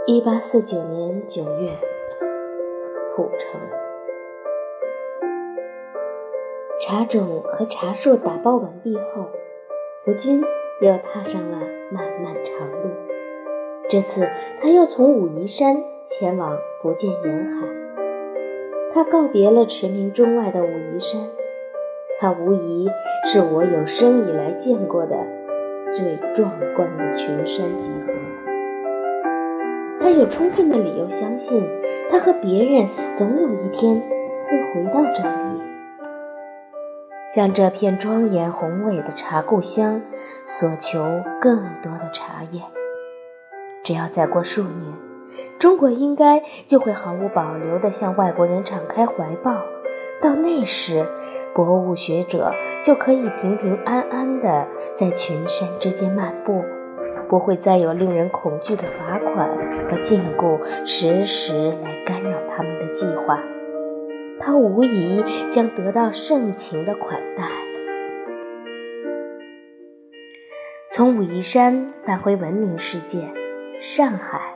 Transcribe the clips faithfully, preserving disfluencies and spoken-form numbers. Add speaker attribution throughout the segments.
Speaker 1: 一八四九年九月，蒲城。茶种和茶树打包完毕后，福军又踏上了漫漫长路。这次他要从武夷山前往福建沿海。他告别了驰名中外的武夷山，它无疑是我有生以来见过的最壮观的群山集合。他有充分的理由相信，他和别人总有一天会回到这里，向这片庄严宏伟的茶故乡索求更多的茶叶。只要再过数年，中国应该就会毫无保留地向外国人敞开怀抱，到那时，博物学者就可以平平安安地在群山之间漫步，不会再有令人恐惧的罚款和禁锢时时来干扰他们的计划。他无疑将得到盛情的款待。从武夷山返回文明世界上海，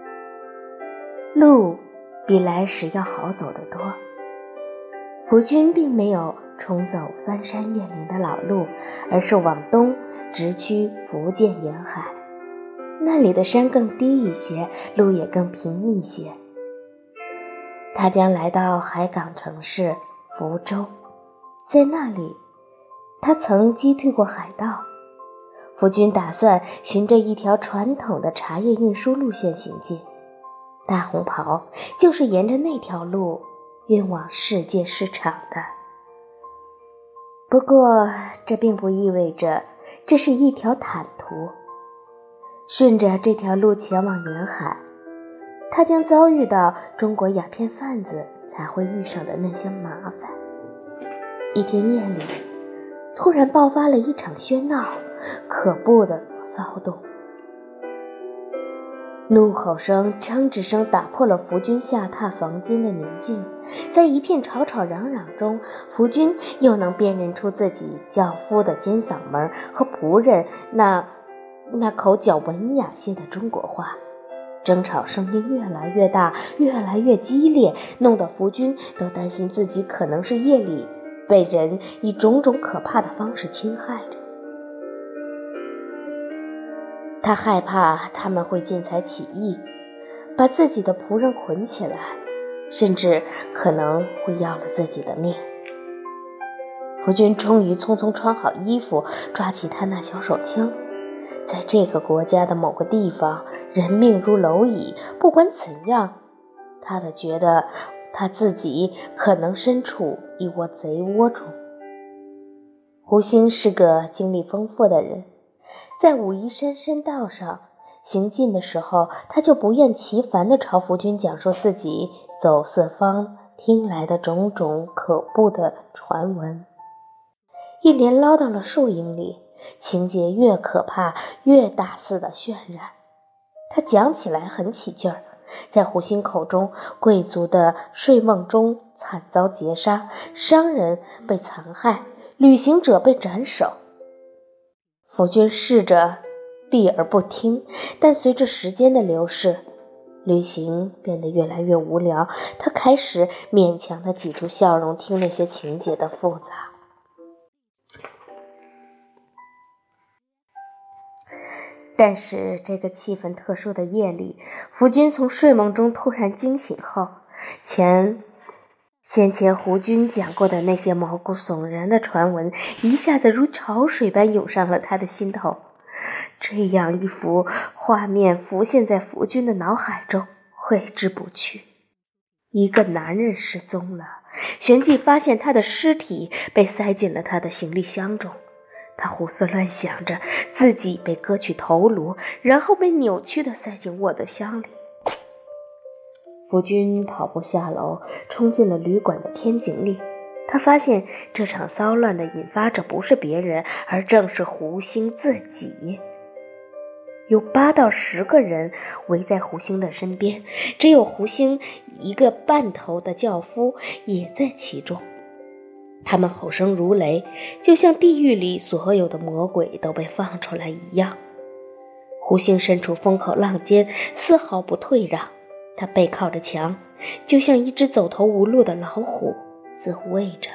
Speaker 1: 路比来时要好走得多。福军并没有重走翻山越岭的老路，而是往东直趋福建沿海。那里的山更低一些，路也更平密些。他将来到海港城市福州，在那里他曾击退过海盗。福军打算循着一条传统的茶叶运输路线行进，大红袍就是沿着那条路运往世界市场的。不过这并不意味着这是一条坦途。顺着这条路前往沿海，他将遭遇到中国鸦片贩子才会遇上的那些麻烦。一天夜里，突然爆发了一场喧闹，可怖的骚动。怒吼声、枪支声打破了福军下榻房间的宁静。在一片吵吵嚷嚷中，福军又能辨认出自己轿夫的尖嗓门和仆人那那口较文雅些的中国话。争吵声音越来越大，越来越激烈，弄得福军都担心自己可能是夜里被人以种种可怕的方式侵害着。他害怕他们会见财起义，把自己的仆人捆起来，甚至可能会要了自己的命。福军终于匆匆穿好衣服，抓起他那小手枪。在这个国家的某个地方，人命如蝼蚁，不管怎样，他的觉得他自己可能身处一窝贼窝中。胡兴是个经历丰富的人，在武夷山山道上行进的时候，他就不厌其烦地朝福军讲述自己走四方听来的种种可怖的传闻，一连唠叨了数英里，情节越可怕越大肆的渲染。他讲起来很起劲儿，在胡兴口中，贵族的睡梦中惨遭劫杀，商人被残害，旅行者被斩首。福军试着避而不听，但随着时间的流逝，旅行变得越来越无聊，他开始勉强地挤出笑容听那些情节的复杂。但是这个气氛特殊的夜里，福军从睡梦中突然惊醒后，前先前胡军讲过的那些毛骨悚然的传闻一下子如潮水般涌上了他的心头。这样一幅画面浮现在福军的脑海中，挥之不去。一个男人失踪了，旋即发现他的尸体被塞进了他的行李箱中。他胡思乱想着自己被割去头颅，然后被扭曲地塞进卧的箱里。福军跑步下楼，冲进了旅馆的天井里。他发现这场骚乱的引发者不是别人，而正是胡兴自己。有八到十个人围在胡兴的身边，只有胡兴一个半头的轿夫也在其中。他们吼声如雷，就像地狱里所有的魔鬼都被放出来一样。 胡杏身处风口浪尖，丝毫不退让，他背靠着墙，就像一只走投无路的老虎，自卫着。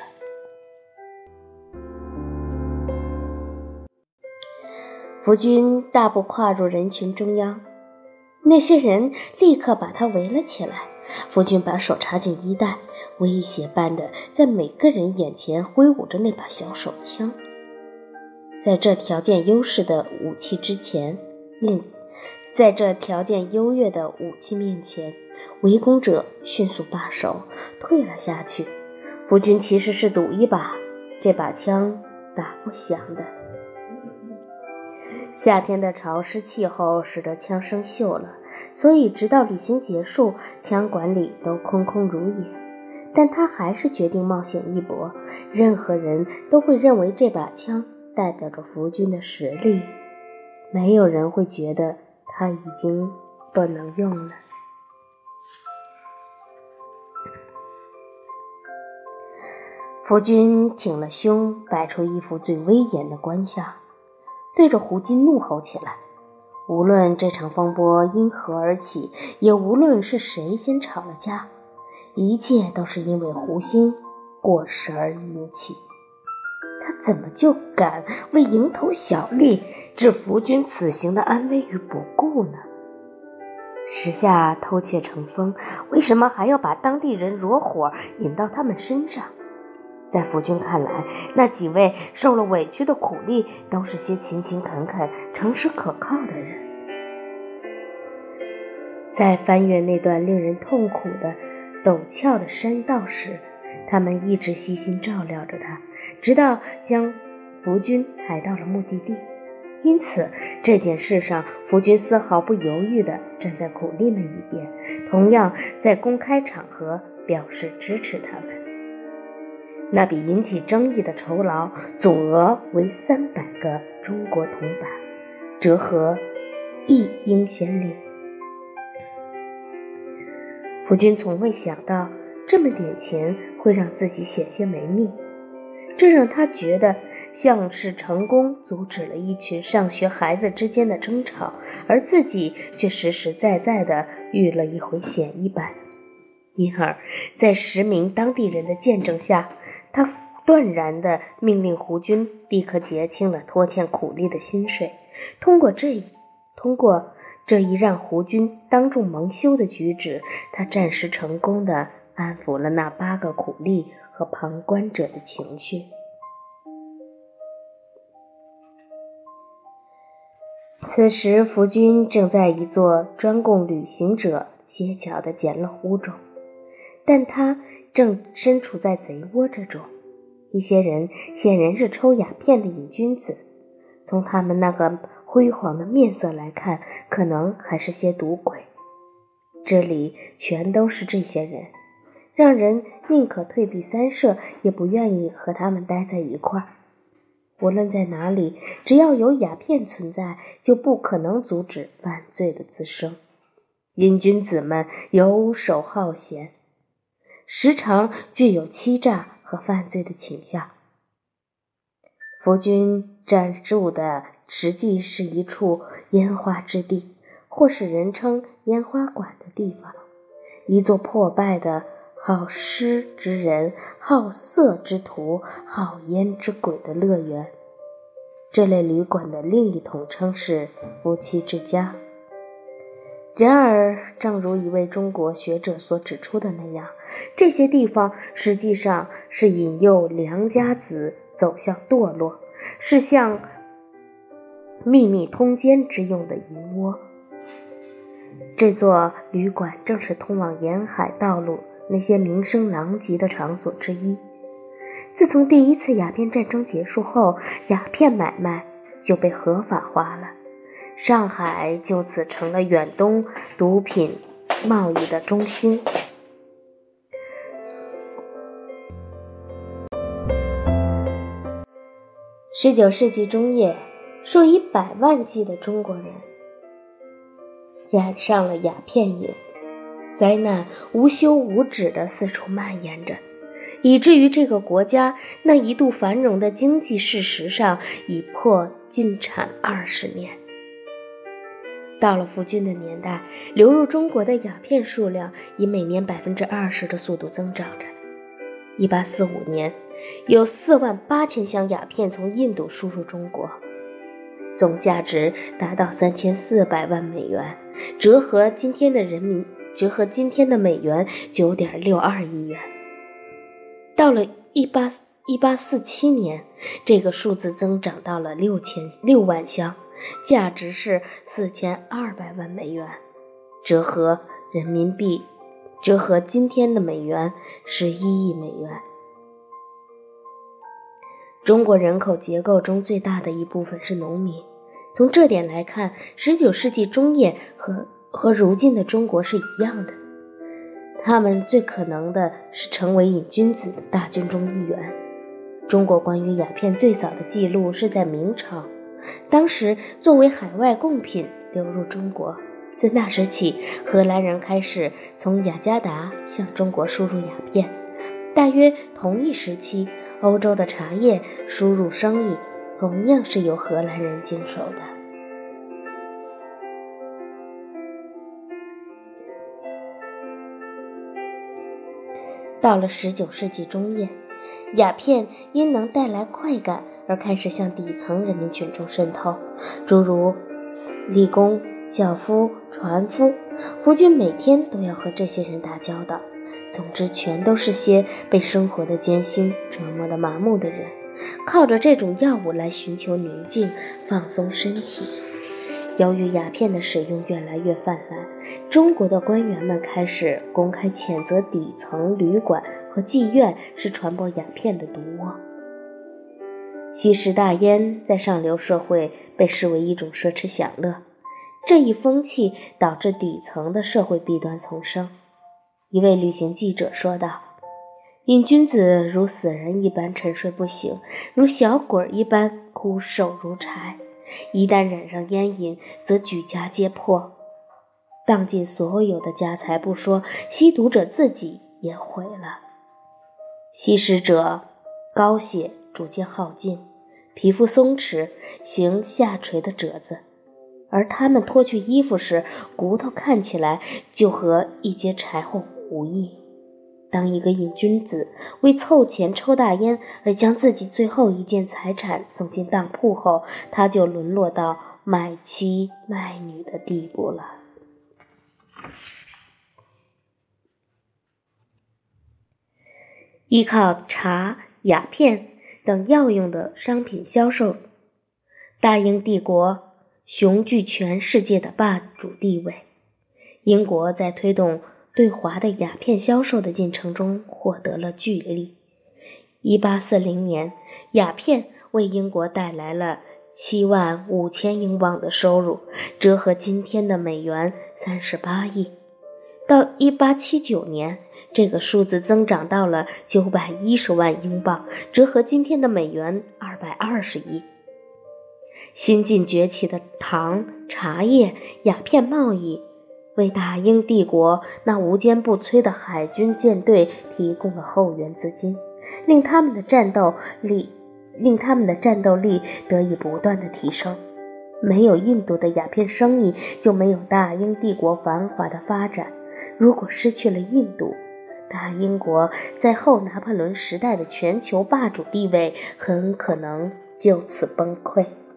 Speaker 1: 福军大步跨入人群中央，那些人立刻把他围了起来。福军把手插进衣袋，威胁般的在每个人眼前挥舞着那把小手枪。在这条件优势的武器之前，嗯，在这条件优越的武器面前，围攻者迅速罢手，退了下去。福军其实是赌一把，这把枪打不响的。夏天的潮湿气候使得枪声锈了，所以直到旅行结束，枪馆里都空空如也。但他还是决定冒险一搏，任何人都会认为这把枪代表着福军的实力，没有人会觉得他已经不能用了。福军挺了胸，摆出一副最威严的官相，对着胡金怒吼起来。无论这场风波因何而起，也无论是谁先吵了架，一切都是因为胡兴过失而引起。他怎么就敢为蝇头小利置福军此行的安危于不顾呢？时下偷窃成风，为什么还要把当地人惹火引到他们身上？在福军看来，那几位受了委屈的苦力都是些勤勤恳恳、诚实可靠的人。在翻越那段令人痛苦的陡峭的山道时，他们一直悉心照料着他，直到将福军抬到了目的地。因此这件事上，福军丝毫不犹豫地站在苦力们一边，同样在公开场合表示支持他们。那笔引起争议的酬劳总额为三百个中国铜板，折合一英先令。福军从未想到这么点钱会让自己险些没命，这让他觉得像是成功阻止了一群上学孩子之间的争吵，而自己却实实在在地遇了一回险一般。因而在十名当地人的见证下，他断然地命令胡军立刻结清了拖欠苦力的薪水。通过这一通过这一让胡军当众蒙羞的举止，他暂时成功地安抚了那八个苦力和旁观者的情绪。此时福军正在一座专供旅行者歇脚的简陋屋中，但他正身处在贼窝之中。一些人显然是抽鸦片的瘾君子，从他们那个辉煌的面色来看，可能还是些赌鬼。这里全都是这些人，让人宁可退避三舍，也不愿意和他们待在一块儿。无论在哪里，只要有鸦片存在，就不可能阻止犯罪的滋生。瘾君子们游手好闲，时常具有欺诈和犯罪的倾向。福军暂住的实际是一处烟花之地，或是人称烟花馆的地方，一座破败的好施之人、好色之徒、好烟之鬼的乐园。这类旅馆的另一统称是夫妻之家。然而，正如一位中国学者所指出的那样，这些地方实际上是引诱良家子走向堕落，是向秘密通奸之用的淫窝。这座旅馆正是通往沿海道路那些名声狼藉的场所之一。自从第一次鸦片战争结束后，鸦片买卖就被合法化了，上海就此成了远东毒品贸易的中心。十九世纪中叶，数以百万计的中国人染上了鸦片瘾，灾难无休无止地四处蔓延着，以至于这个国家那一度繁荣的经济事实上已破禁产二十年。 到了福军的年代，流入中国的鸦片数量以每年 百分之二十 的速度增长着。一八四五年，有四万八千箱鸦片从印度输入中国，总价值达到三千四百万美元，折合今天的人民折合今天的美元 九点六二亿元。到了一八四七年，这个数字增长到了六千六万箱，价值是四千二百万美元，折合人民币折合今天的美元十一亿美元。中国人口结构中最大的一部分是农民，从这点来看，十九世纪中叶和和如今的中国是一样的，他们最可能的是成为瘾君子的大军中一员。中国关于鸦片最早的记录是在明朝，当时作为海外贡品流入中国。自那时起，荷兰人开始从雅加达向中国输入鸦片。大约同一时期，欧洲的茶叶输入生意同样是由荷兰人经手的。到了十九世纪中叶，鸦片因能带来快感而开始向底层人民群众渗透，诸如理工、轿夫、船夫，福军每天都要和这些人打交道。总之，全都是些被生活的艰辛折磨的麻木的人，靠着这种药物来寻求宁静，放松身体。由于鸦片的使用越来越泛滥，中国的官员们开始公开谴责底层旅馆和妓院是传播鸦片的毒窝。吸食大烟在上流社会被视为一种奢侈享乐，这一风气导致底层的社会弊端丛生。一位旅行记者说道：“瘾君子如死人一般沉睡不醒，如小鬼一般枯瘦如柴。一旦染上烟瘾，则举家皆破，当尽所有的家财不说，吸毒者自己也毁了。吸食者高血逐渐耗尽，皮肤松弛，形下垂的褶子，而他们脱去衣服时，骨头看起来就和一截柴火无异。当一个瘾君子为凑钱抽大烟而将自己最后一件财产送进当铺后，他就沦落到卖妻卖女的地步了。”依靠茶、鸦片等药用的商品销售，大英帝国雄踞全世界的霸主地位。英国在推动对华的鸦片销售的进程中获得了巨利。一八四零年，鸦片为英国带来了七万五千英镑的收入，折合今天的美元三十八亿。到一八七九年，这个数字增长到了九百一十万英镑，折合今天的美元二百二十亿。新近崛起的糖、茶叶、鸦片贸易为大英帝国那无坚不摧的海军舰队提供了后援资金，令他们的战斗力令他们的战斗力得以不断的提升。没有印度的鸦片生意，就没有大英帝国繁华的发展。如果失去了印度，大英国在后拿破仑时代的全球霸主地位很可能就此崩溃。